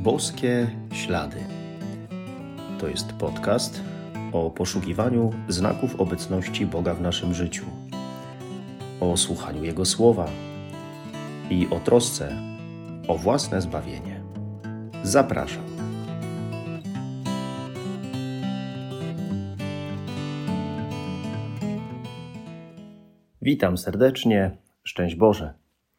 Boskie Ślady. To jest podcast o poszukiwaniu znaków obecności Boga w naszym życiu, o słuchaniu Jego słowa i o trosce o własne zbawienie. Zapraszam. Witam serdecznie, szczęść Boże.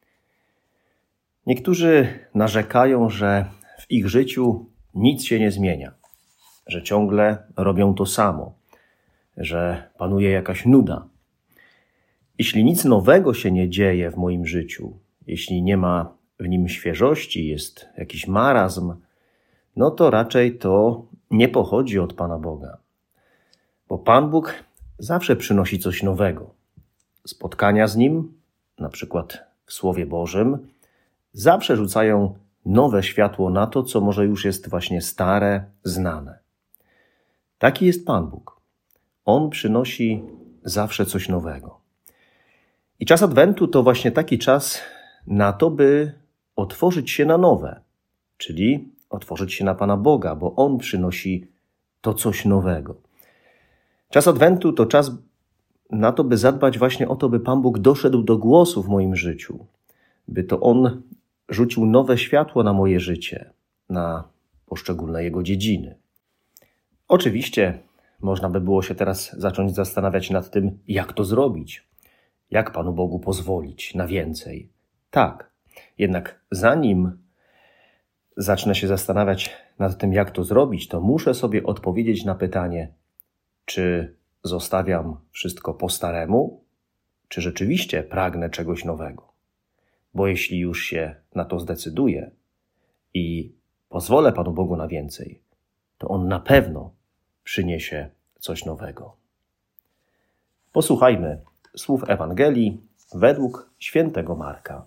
Niektórzy narzekają, że w ich życiu nic się nie zmienia, że ciągle robią to samo, że panuje jakaś nuda. Jeśli nic nowego się nie dzieje w moim życiu, jeśli nie ma w nim świeżości, jest jakiś marazm, no to raczej to nie pochodzi od Pana Boga. Bo Pan Bóg zawsze przynosi coś nowego. Spotkania z Nim, na przykład w Słowie Bożym, zawsze rzucają nowe światło na to, co może już jest właśnie stare, znane. Taki jest Pan Bóg. On przynosi zawsze coś nowego. I czas Adwentu to właśnie taki czas na to, by otworzyć się na nowe, czyli otworzyć się na Pana Boga, bo On przynosi to coś nowego. Czas Adwentu to czas na to, by zadbać właśnie o to, by Pan Bóg doszedł do głosu w moim życiu, by to On rzucił nowe światło na moje życie, na poszczególne Jego dziedziny. Oczywiście można by było się teraz zacząć zastanawiać nad tym, jak to zrobić, jak Panu Bogu pozwolić na więcej. Tak, jednak zanim zacznę się zastanawiać nad tym, jak to zrobić, to muszę sobie odpowiedzieć na pytanie, czy zostawiam wszystko po staremu, czy rzeczywiście pragnę czegoś nowego. Bo jeśli już się na to zdecyduję i pozwolę Panu Bogu na więcej, to On na pewno przyniesie coś nowego. Posłuchajmy słów Ewangelii według świętego Marka.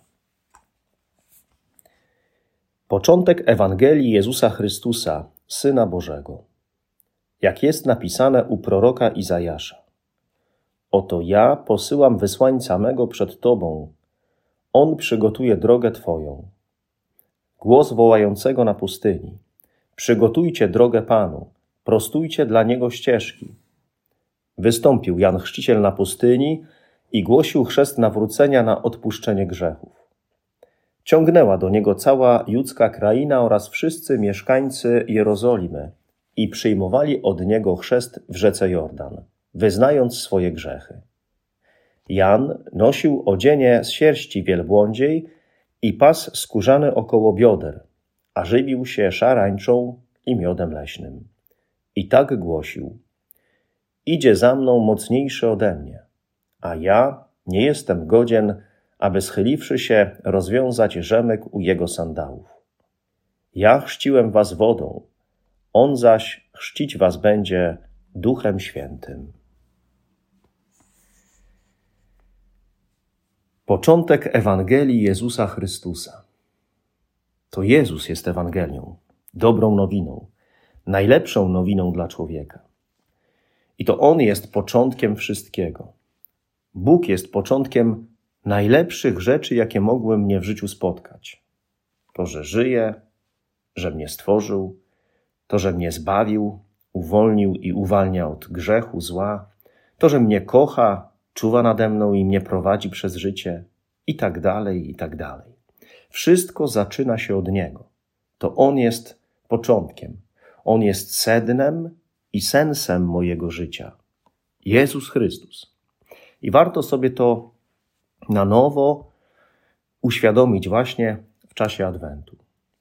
Początek Ewangelii Jezusa Chrystusa, Syna Bożego. Jak jest napisane u proroka Izajasza. Oto ja posyłam wysłańca mego przed Tobą. On przygotuje drogę Twoją. Głos wołającego na pustyni. Przygotujcie drogę Panu, prostujcie dla Niego ścieżki. Wystąpił Jan Chrzciciel na pustyni i głosił chrzest nawrócenia na odpuszczenie grzechów. Ciągnęła do Niego cała judzka kraina oraz wszyscy mieszkańcy Jerozolimy i przyjmowali od Niego chrzest w rzece Jordan, wyznając swoje grzechy. Jan nosił odzienie z sierści wielbłądziej i pas skórzany około bioder, a żywił się szarańczą i miodem leśnym. I tak głosił: idzie za mną mocniejszy ode mnie, a ja nie jestem godzien, aby schyliwszy się rozwiązać rzemek u jego sandałów. Ja chrzciłem was wodą, on zaś chrzcić was będzie Duchem Świętym. Początek Ewangelii Jezusa Chrystusa. To Jezus jest Ewangelią, dobrą nowiną, najlepszą nowiną dla człowieka. I to On jest początkiem wszystkiego. Bóg jest początkiem najlepszych rzeczy, jakie mogły mnie w życiu spotkać. To, że żyję, że mnie stworzył, to, że mnie zbawił, uwolnił i uwalnia od grzechu, zła, to, że mnie kocha, czuwa nade mną i mnie prowadzi przez życie i tak dalej, i tak dalej. Wszystko zaczyna się od Niego. To On jest początkiem. On jest sednem i sensem mojego życia. Jezus Chrystus. I warto sobie to na nowo uświadomić właśnie w czasie Adwentu.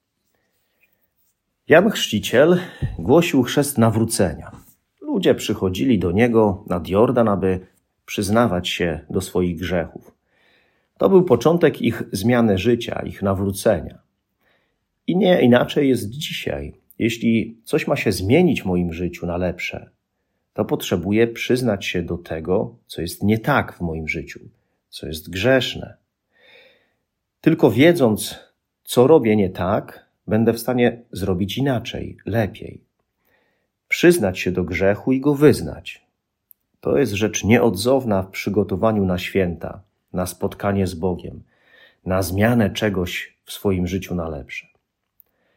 Jan Chrzciciel głosił chrzest nawrócenia. Ludzie przychodzili do Niego nad Jordan, aby przyznawać się do swoich grzechów. To był początek ich zmiany życia, ich nawrócenia. I nie inaczej jest dzisiaj. Jeśli coś ma się zmienić w moim życiu na lepsze, to potrzebuję przyznać się do tego, co jest nie tak w moim życiu, co jest grzeszne. Tylko wiedząc, co robię nie tak, będę w stanie zrobić inaczej, lepiej. Przyznać się do grzechu i go wyznać. To jest rzecz nieodzowna w przygotowaniu na święta, na spotkanie z Bogiem, na zmianę czegoś w swoim życiu na lepsze.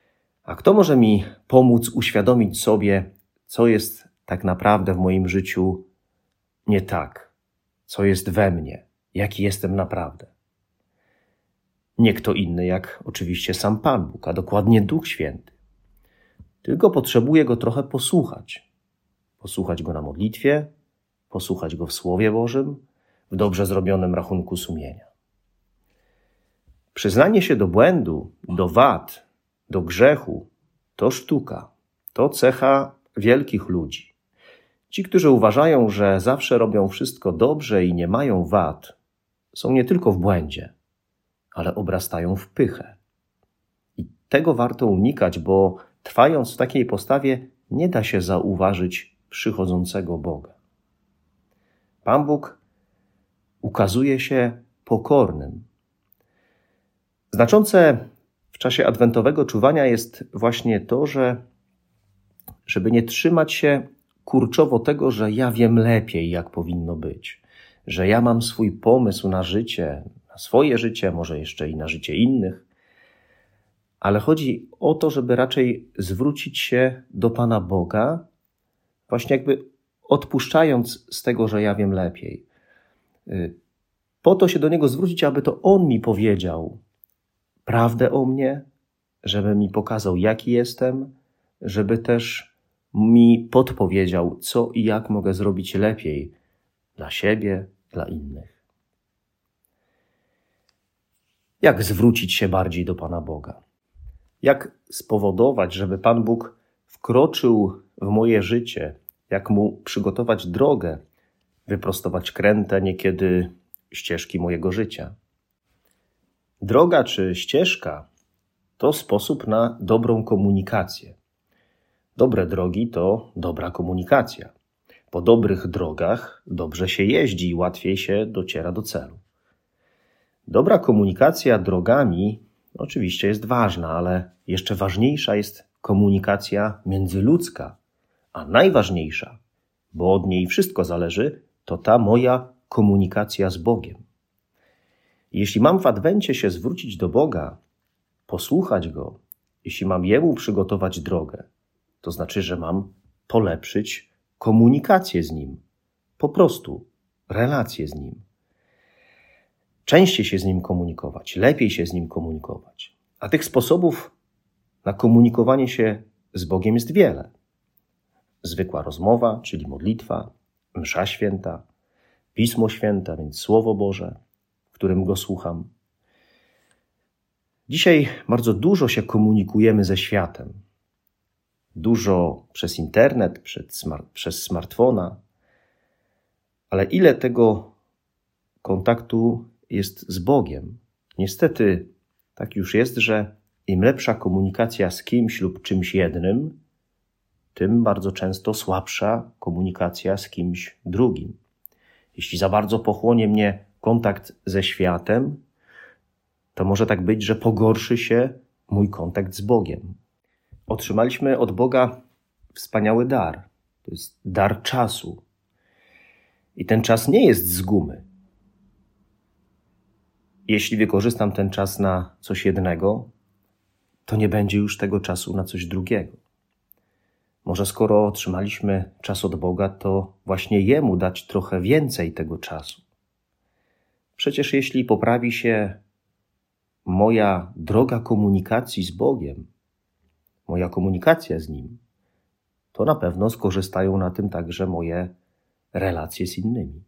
A kto może mi pomóc uświadomić sobie, co jest tak naprawdę w moim życiu nie tak? Co jest we mnie? Jaki jestem naprawdę? Nie kto inny jak oczywiście sam Pan Bóg, a dokładnie Duch Święty. Tylko potrzebuję Go trochę posłuchać. Posłuchać Go na modlitwie, posłuchać Go w Słowie Bożym, w dobrze zrobionym rachunku sumienia. Przyznanie się do błędu, do wad, do grzechu, to sztuka, to cecha wielkich ludzi. Ci, którzy uważają, że zawsze robią wszystko dobrze i nie mają wad, są nie tylko w błędzie, ale obrastają w pychę. I tego warto unikać, bo trwając w takiej postawie nie da się zauważyć przychodzącego Boga. Pan Bóg ukazuje się pokornym. Znaczące w czasie adwentowego czuwania jest właśnie to, żeby nie trzymać się kurczowo tego, że ja wiem lepiej, jak powinno być, że ja mam swój pomysł na życie, na swoje życie, może jeszcze i na życie innych, ale chodzi o to, żeby raczej zwrócić się do Pana Boga, właśnie jakby odpuszczając z tego, że ja wiem lepiej. Po to się do Niego zwrócić, aby to On mi powiedział prawdę o mnie, żeby mi pokazał, jaki jestem, żeby też mi podpowiedział, co i jak mogę zrobić lepiej dla siebie, dla innych. Jak zwrócić się bardziej do Pana Boga? Jak spowodować, żeby Pan Bóg wkroczył w moje życie? Jak Mu przygotować drogę, wyprostować krętę niekiedy ścieżki mojego życia? Droga czy ścieżka to sposób na dobrą komunikację. Dobre drogi to dobra komunikacja. Po dobrych drogach dobrze się jeździ i łatwiej się dociera do celu. Dobra komunikacja drogami oczywiście jest ważna, ale jeszcze ważniejsza jest komunikacja międzyludzka, a najważniejsza, bo od niej wszystko zależy, to ta moja komunikacja z Bogiem. Jeśli mam w Adwencie się zwrócić do Boga, posłuchać Go, jeśli mam Jemu przygotować drogę, to znaczy, że mam polepszyć komunikację z Nim. Po prostu relację z Nim. Częściej się z Nim komunikować, lepiej się z Nim komunikować. A tych sposobów na komunikowanie się z Bogiem jest wiele. Zwykła rozmowa, czyli modlitwa, msza święta, Pismo Święte, więc Słowo Boże, w którym Go słucham. Dzisiaj bardzo dużo się komunikujemy ze światem. Dużo przez internet, przez smartfona. Ale ile tego kontaktu jest z Bogiem? Niestety tak już jest, że im lepsza komunikacja z kimś lub czymś jednym, tym bardzo często słabsza komunikacja z kimś drugim. Jeśli za bardzo pochłonie mnie kontakt ze światem, to może tak być, że pogorszy się mój kontakt z Bogiem. Otrzymaliśmy od Boga wspaniały dar. To jest dar czasu. I ten czas nie jest z gumy. Jeśli wykorzystam ten czas na coś jednego, to nie będzie już tego czasu na coś drugiego. Może skoro otrzymaliśmy czas od Boga, to właśnie Jemu dać trochę więcej tego czasu. Przecież jeśli poprawi się moja droga komunikacji z Bogiem, moja komunikacja z Nim, to na pewno skorzystają na tym także moje relacje z innymi.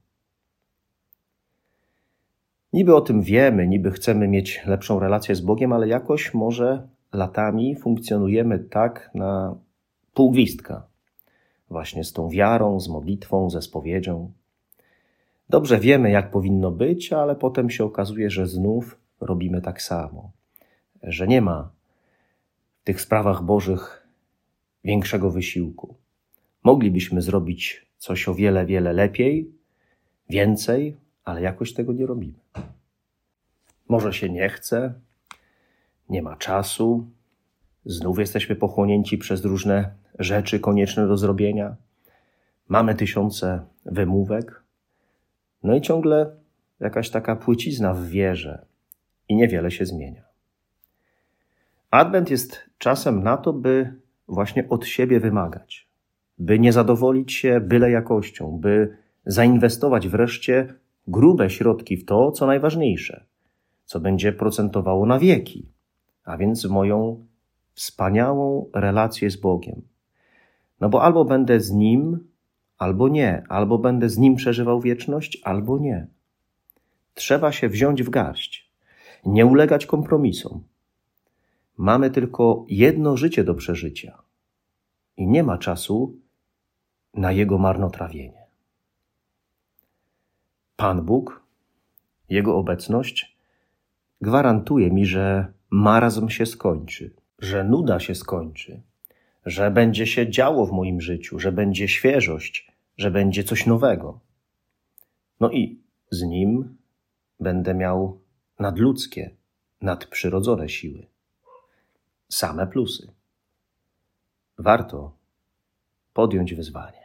Niby o tym wiemy, niby chcemy mieć lepszą relację z Bogiem, ale jakoś może latami funkcjonujemy tak na pół gwizdka. Właśnie z tą wiarą, z modlitwą, ze spowiedzią. Dobrze wiemy, jak powinno być, ale potem się okazuje, że znów robimy tak samo. Że nie ma w tych sprawach Bożych większego wysiłku. Moglibyśmy zrobić coś o wiele, wiele lepiej, więcej, ale jakoś tego nie robimy. Może się nie chce, nie ma czasu, znów jesteśmy pochłonięci przez różne rzeczy konieczne do zrobienia. Mamy tysiące wymówek, no i ciągle jakaś taka płycizna w wierze i niewiele się zmienia. Adwent jest czasem na to, by właśnie od siebie wymagać, by nie zadowolić się byle jakością, by zainwestować wreszcie grube środki w to, co najważniejsze, co będzie procentowało na wieki, a więc w moją wspaniałą relację z Bogiem. No bo albo będę z Nim, albo nie, albo będę z Nim przeżywał wieczność, albo nie. Trzeba się wziąć w garść, nie ulegać kompromisom. Mamy tylko jedno życie do przeżycia i nie ma czasu na jego marnotrawienie. Pan Bóg, Jego obecność gwarantuje mi, że marazm się skończy, że nuda się skończy, że będzie się działo w moim życiu, że będzie świeżość, że będzie coś nowego. No i z Nim będę miał nadludzkie, nadprzyrodzone siły. Same plusy. Warto podjąć wyzwanie.